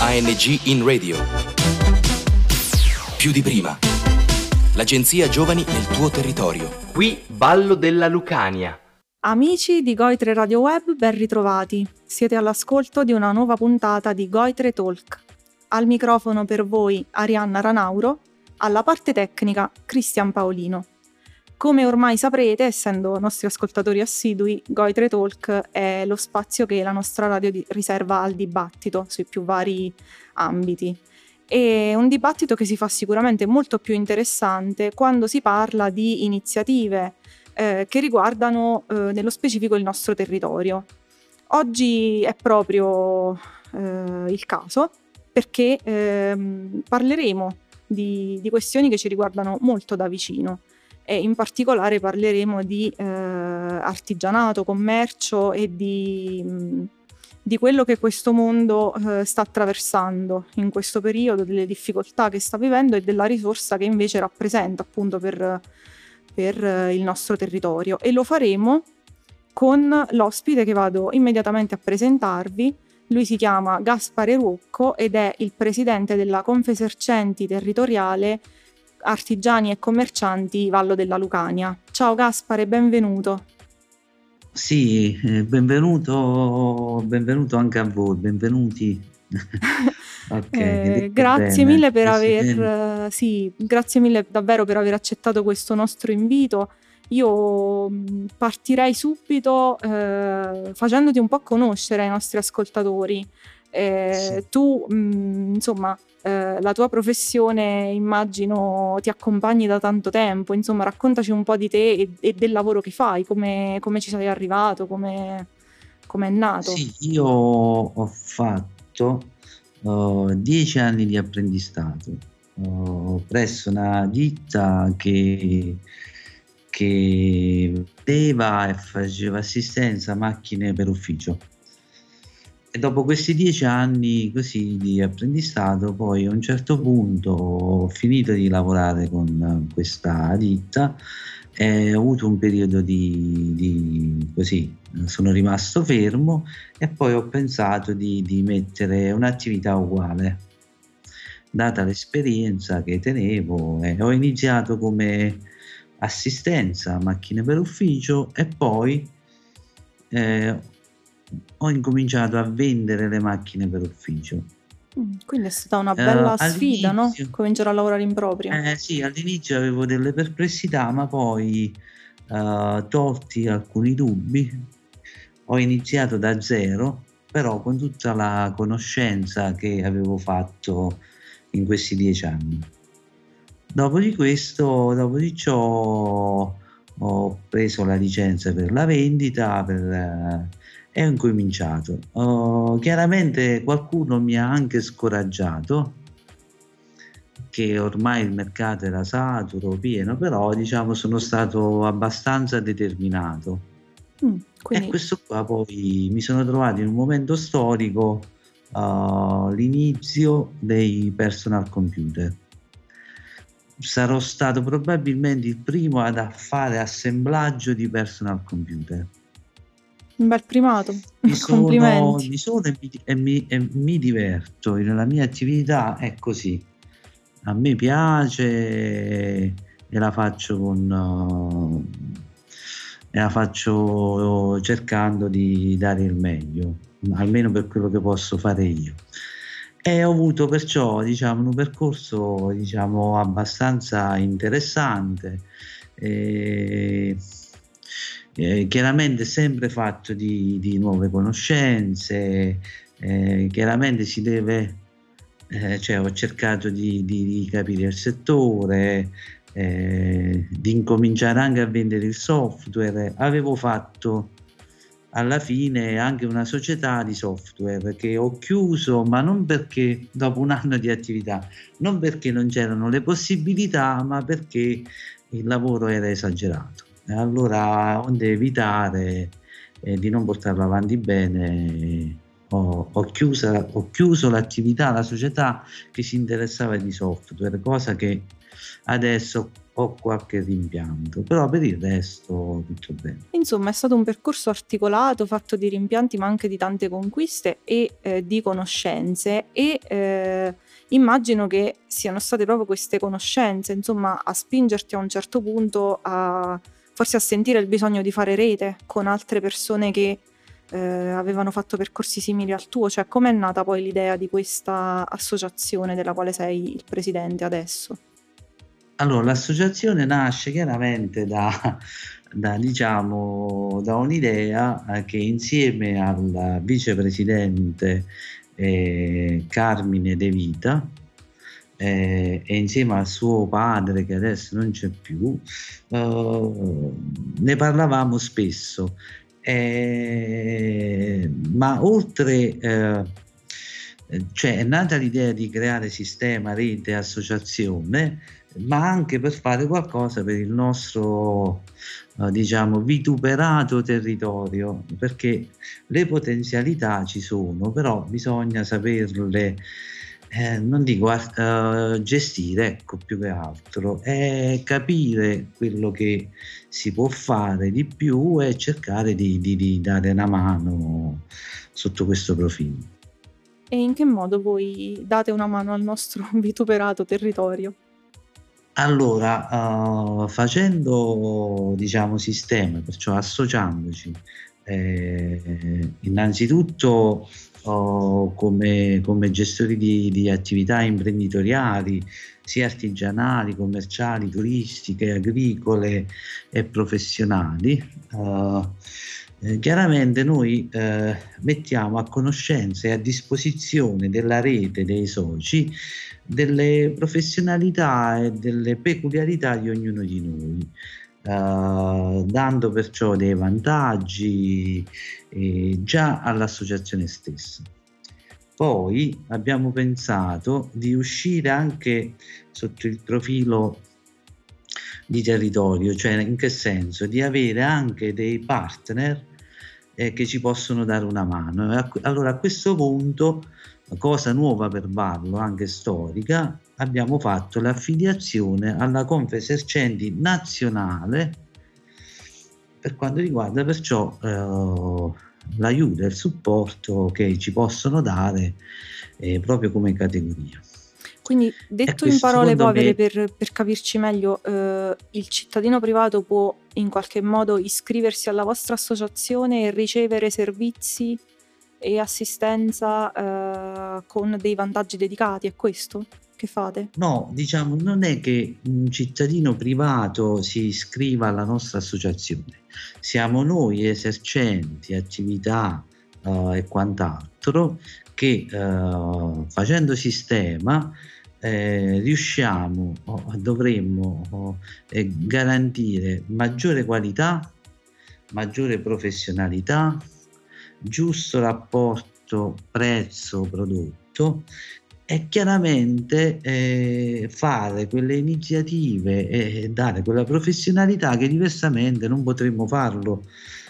ANG in radio. Più di prima. L'agenzia Giovani nel tuo territorio. Qui Ballo della Lucania. Amici di Goitre Radio Web, ben ritrovati. Siete all'ascolto di una nuova puntata di Goitre Talk. Al microfono per voi Arianna Ranauro, alla parte tecnica Cristian Paolino. Come ormai saprete, essendo nostri ascoltatori assidui, Goitre Talk è lo spazio che la nostra radio riserva al dibattito sui più vari ambiti. È un dibattito che si fa sicuramente molto più interessante quando si parla di iniziative che riguardano nello specifico il nostro territorio. Oggi è proprio il caso perché parleremo di questioni che ci riguardano molto da vicino e in particolare parleremo di artigianato, commercio e di quello che questo mondo sta attraversando in questo periodo, delle difficoltà che sta vivendo e della risorsa che invece rappresenta appunto per il nostro territorio. E lo faremo con l'ospite che vado immediatamente a presentarvi. Lui si chiama Gaspare Ruocco ed è il presidente della Confesercenti Territoriale Artigiani e Commercianti Vallo della Lucania. Ciao Gaspare, benvenuto. Sì, benvenuto anche a voi, benvenuti. Okay, grazie mille per grazie mille davvero per aver accettato questo nostro invito. Io partirei subito facendoti un po' conoscere ai nostri ascoltatori. Sì. Tu, insomma, la tua professione immagino ti accompagni da tanto tempo, insomma, raccontaci un po' di te e del lavoro che fai, come ci sei arrivato, come è nato. Sì, io ho fatto 10 anni di apprendistato presso una ditta che vendeva e faceva assistenza a macchine per ufficio. E dopo questi 10 anni così di apprendistato, poi a un certo punto ho finito di lavorare con questa ditta e ho avuto un periodo di così, sono rimasto fermo e poi ho pensato di mettere un'attività uguale. Data l'esperienza che tenevo, ho iniziato come assistenza a macchine per ufficio e poi ho incominciato a vendere le macchine per ufficio. Quindi è stata una bella sfida, no? Cominciare a lavorare in proprio. Sì, all'inizio avevo delle perplessità, ma poi tolti alcuni dubbi, ho iniziato da zero, però con tutta la conoscenza che avevo fatto in questi 10 anni. Dopo di ciò ho preso la licenza per la vendita e ho incominciato. Chiaramente qualcuno mi ha anche scoraggiato, che ormai il mercato era saturo, pieno, però diciamo sono stato abbastanza determinato. Quindi... E questo qua poi mi sono trovato in un momento storico, l'inizio dei personal computer. Sarò stato probabilmente il primo a fare assemblaggio di personal computer. Un bel primato. Complimenti. Mi diverto, la mia attività è così. A me piace e la faccio cercando di dare il meglio, almeno per quello che posso fare io. E ho avuto perciò un percorso abbastanza interessante, chiaramente sempre fatto di nuove conoscenze, chiaramente si deve, ho cercato di capire il settore, di incominciare anche a vendere il software. Avevo fatto alla fine anche una società di software che ho chiuso, ma non perché dopo un anno di attività, non perché non c'erano le possibilità, ma perché il lavoro era esagerato. E allora, onde evitare di non portarlo avanti bene, ho chiuso l'attività, la società che si interessava di software, cosa che adesso ho qualche rimpianto, però per il resto tutto bene. Insomma, è stato un percorso articolato, fatto di rimpianti ma anche di tante conquiste e di conoscenze e immagino che siano state proprio queste conoscenze, insomma, a spingerti a un certo punto forse a sentire il bisogno di fare rete con altre persone che avevano fatto percorsi simili al tuo. Cioè, com'è nata poi l'idea di questa associazione della quale sei il presidente adesso? Allora, l'associazione nasce chiaramente diciamo, da un'idea che insieme al vicepresidente Carmine De Vita e insieme al suo padre, che adesso non c'è più, ne parlavamo spesso. Ma oltre, cioè è nata l'idea di creare sistema, rete, associazione, ma anche per fare qualcosa per il nostro diciamo vituperato territorio, perché le potenzialità ci sono, però bisogna saperle non dico gestire, ecco, più che altro, è capire quello che si può fare di più e cercare di dare una mano sotto questo profilo. E in che modo voi date una mano al nostro vituperato territorio? Allora, facendo diciamo sistema, perciò associandoci, innanzitutto come gestori di attività imprenditoriali, sia artigianali, commerciali, turistiche, agricole e professionali, chiaramente noi mettiamo a conoscenza e a disposizione della rete dei soci delle professionalità e delle peculiarità di ognuno di noi, dando perciò dei vantaggi già all'associazione stessa. Poi abbiamo pensato di uscire anche sotto il profilo di territorio, cioè in che senso? Di avere anche dei partner che ci possono dare una mano. Allora a questo punto, cosa nuova per Vallo, anche storica, abbiamo fatto l'affiliazione alla Confesercenti nazionale per quanto riguarda perciò l'aiuto e il supporto che ci possono dare proprio come categoria. Quindi, detto in parole povere, per capirci meglio, il cittadino privato può in qualche modo iscriversi alla vostra associazione e ricevere servizi e assistenza con dei vantaggi dedicati, è questo che fate? No, diciamo, non è che un cittadino privato si iscriva alla nostra associazione, siamo noi esercenti attività e quant'altro che facendo sistema riusciamo, dovremmo garantire maggiore qualità, maggiore professionalità, giusto rapporto prezzo-prodotto e chiaramente fare quelle iniziative e dare quella professionalità che diversamente non potremmo farlo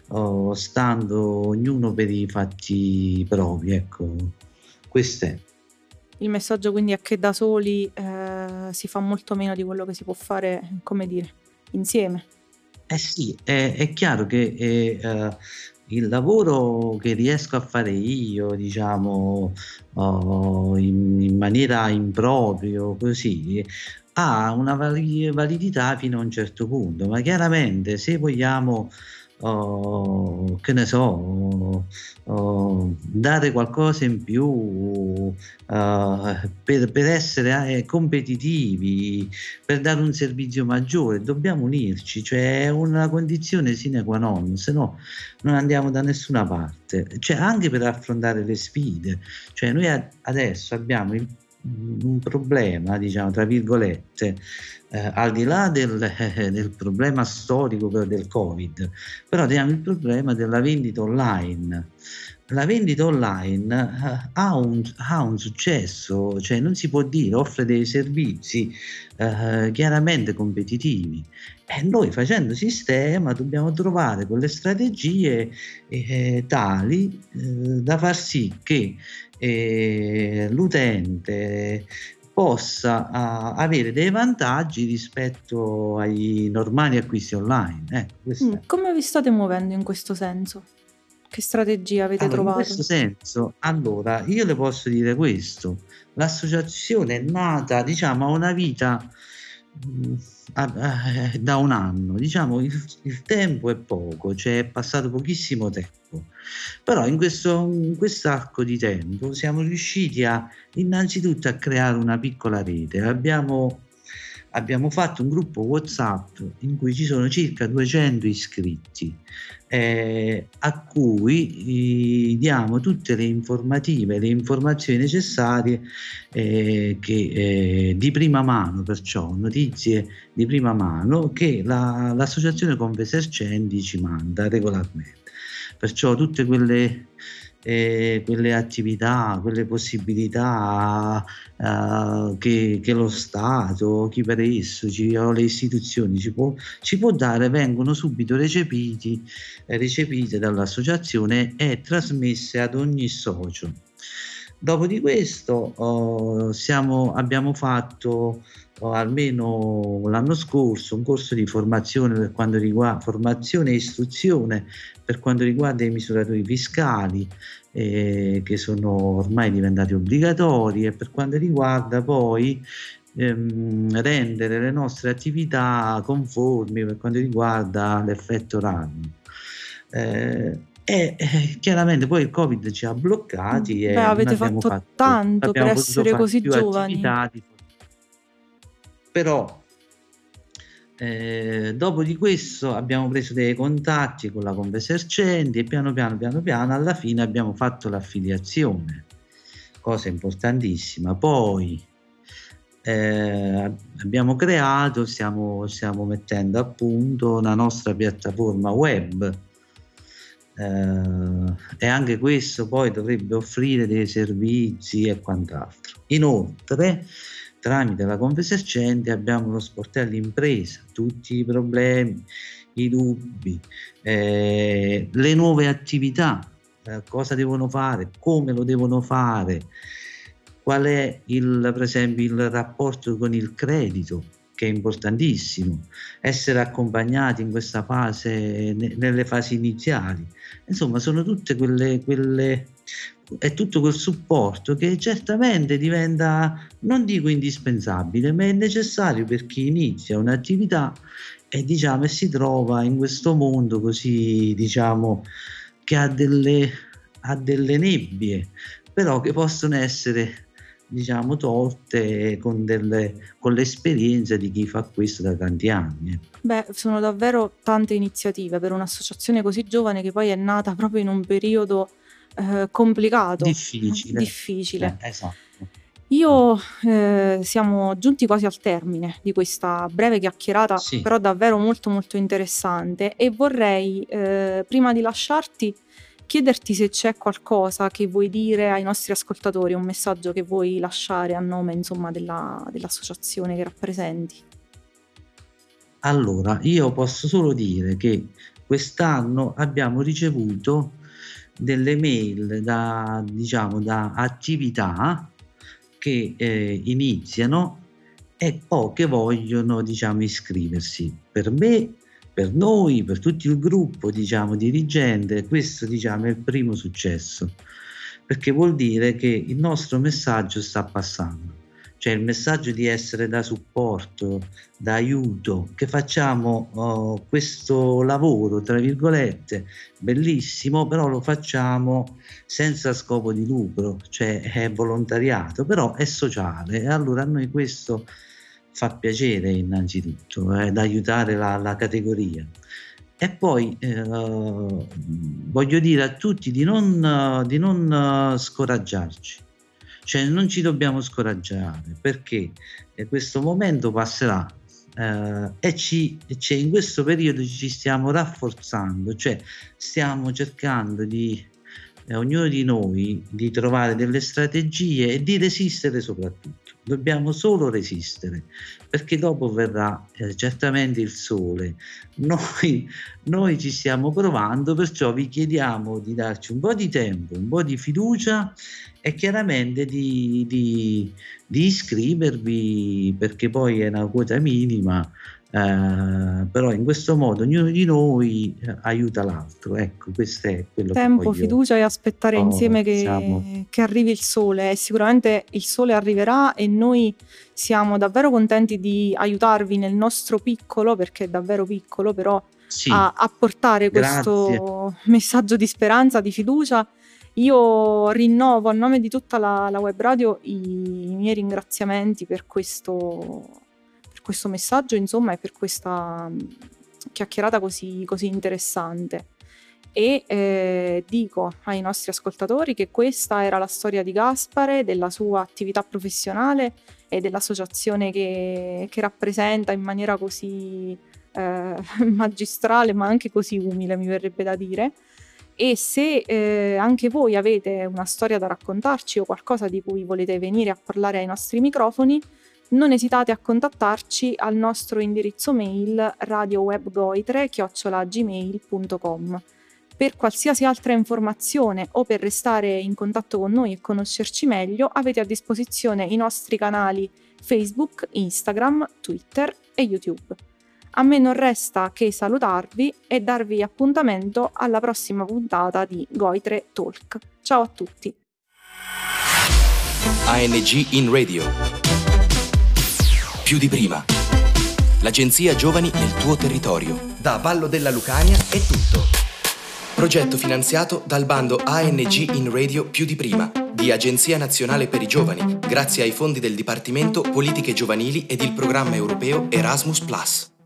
stando ognuno per i fatti propri. Ecco, questo è. Il messaggio quindi è che da soli si fa molto meno di quello che si può fare, come dire, insieme. Sì, è chiaro che il lavoro che riesco a fare io, diciamo, in maniera improprio, così, ha una validità fino a un certo punto, ma chiaramente se vogliamo che ne so, dare qualcosa in più per essere competitivi, per dare un servizio maggiore, dobbiamo unirci, cioè è una condizione sine qua non, se no non andiamo da nessuna parte, cioè anche per affrontare le sfide, cioè noi adesso abbiamo un problema, diciamo, tra virgolette, al di là del problema storico del Covid, però abbiamo il problema della vendita online. La vendita online ha un successo, cioè non si può dire, offre dei servizi chiaramente competitivi e noi facendo sistema dobbiamo trovare quelle strategie tali da far sì che l'utente possa avere dei vantaggi rispetto ai normali acquisti online. Come vi state muovendo in questo senso? Che strategia avete trovato? In questo senso, allora, io le posso dire questo: l'associazione è nata, diciamo, a una vita da un anno, diciamo, il tempo è poco, cioè è passato pochissimo tempo, però in quest'arco di tempo siamo riusciti innanzitutto a creare una piccola rete. Abbiamo fatto un gruppo WhatsApp in cui ci sono circa 200 iscritti, a cui diamo tutte le informazioni necessarie, di prima mano, perciò notizie di prima mano che l'associazione Confesercenti ci manda regolarmente. Perciò tutte quelle attività, quelle possibilità che lo Stato, chi per esso, o le istituzioni ci può dare, vengono subito recepite dall'associazione e trasmesse ad ogni socio. Dopo di questo abbiamo fatto almeno l'anno scorso un corso di formazione per quanto riguarda formazione e istruzione per quanto riguarda i misuratori fiscali, che sono ormai diventati obbligatori, e per quanto riguarda poi rendere le nostre attività conformi per quanto riguarda l'effetto ragno. Chiaramente poi il Covid ci ha bloccati e avete fatto tanto per essere così giovani. Però dopo di questo abbiamo preso dei contatti con la Confesercenti e piano piano alla fine abbiamo fatto l'affiliazione, cosa importantissima. Poi abbiamo creato, stiamo mettendo a punto la nostra piattaforma web, e anche questo poi dovrebbe offrire dei servizi e quant'altro. Inoltre, tramite la Confesercenti abbiamo lo sportello impresa, tutti i problemi, i dubbi, le nuove attività, cosa devono fare, come lo devono fare, qual è per esempio il rapporto con il credito, che è importantissimo, essere accompagnati in questa fase, nelle fasi iniziali. Insomma, sono tutte è tutto quel supporto che certamente diventa, non dico indispensabile, ma è necessario per chi inizia un'attività e si trova in questo mondo così, che ha delle nebbie, però che possono essere tolte con l'esperienza di chi fa questo da tanti anni. Sono davvero tante iniziative per un'associazione così giovane, che poi è nata proprio in un periodo complicato, difficile. Esatto. Io siamo giunti quasi al termine di questa breve chiacchierata, sì, però davvero molto molto interessante, e vorrei prima di lasciarti chiederti se c'è qualcosa che vuoi dire ai nostri ascoltatori, un messaggio che vuoi lasciare a nome, insomma, dell'associazione che rappresenti. Allora, io posso solo dire che quest'anno abbiamo ricevuto delle mail da attività che iniziano o che vogliono iscriversi. Per me, per noi, per tutto il gruppo dirigente, questo è il primo successo, perché vuol dire che il nostro messaggio sta passando, cioè il messaggio di essere da supporto, da aiuto, che facciamo questo lavoro, tra virgolette, bellissimo, però lo facciamo senza scopo di lucro, cioè è volontariato, però è sociale, e allora a noi questo fa piacere innanzitutto, da aiutare la categoria. E poi voglio dire a tutti di non scoraggiarci, cioè non ci dobbiamo scoraggiare, perché questo momento passerà, e in questo periodo ci stiamo rafforzando, cioè stiamo cercando ognuno di noi di trovare delle strategie e di resistere soprattutto. dobbiamo solo resistere, perché dopo verrà certamente il sole. Noi ci stiamo provando, perciò vi chiediamo di darci un po' di tempo, un po' di fiducia e chiaramente di iscrivervi, perché poi è una quota minima. Però in questo modo ognuno di noi aiuta l'altro. Ecco, questo è quello Tempo, che fiducia e aspettare insieme diciamo. che arrivi il sole. Sicuramente il sole arriverà e noi siamo davvero contenti di aiutarvi nel nostro piccolo, perché è davvero piccolo, però Sì, a portare grazie. questo messaggio di speranza, di fiducia. Io rinnovo a nome di tutta la web radio i miei ringraziamenti per questo messaggio, insomma, e per questa chiacchierata così interessante. E dico ai nostri ascoltatori che questa era la storia di Gaspare, della sua attività professionale e dell'associazione che rappresenta in maniera così magistrale, ma anche così umile, mi verrebbe da dire. E se anche voi avete una storia da raccontarci o qualcosa di cui volete venire a parlare ai nostri microfoni, non esitate a contattarci al nostro indirizzo mail radiowebgoitre@gmail.com. Per qualsiasi altra informazione o per restare in contatto con noi e conoscerci meglio, avete a disposizione i nostri canali Facebook, Instagram, Twitter e YouTube. A me non resta che salutarvi e darvi appuntamento alla prossima puntata di Goitre Talk. Ciao a tutti! ANG in Radio. Più di prima. L'agenzia Giovani nel tuo territorio. Da Vallo della Lucania è tutto. Progetto finanziato dal bando ANG in Radio Più di prima di Agenzia Nazionale per i Giovani, grazie ai fondi del Dipartimento Politiche Giovanili ed il programma europeo Erasmus+.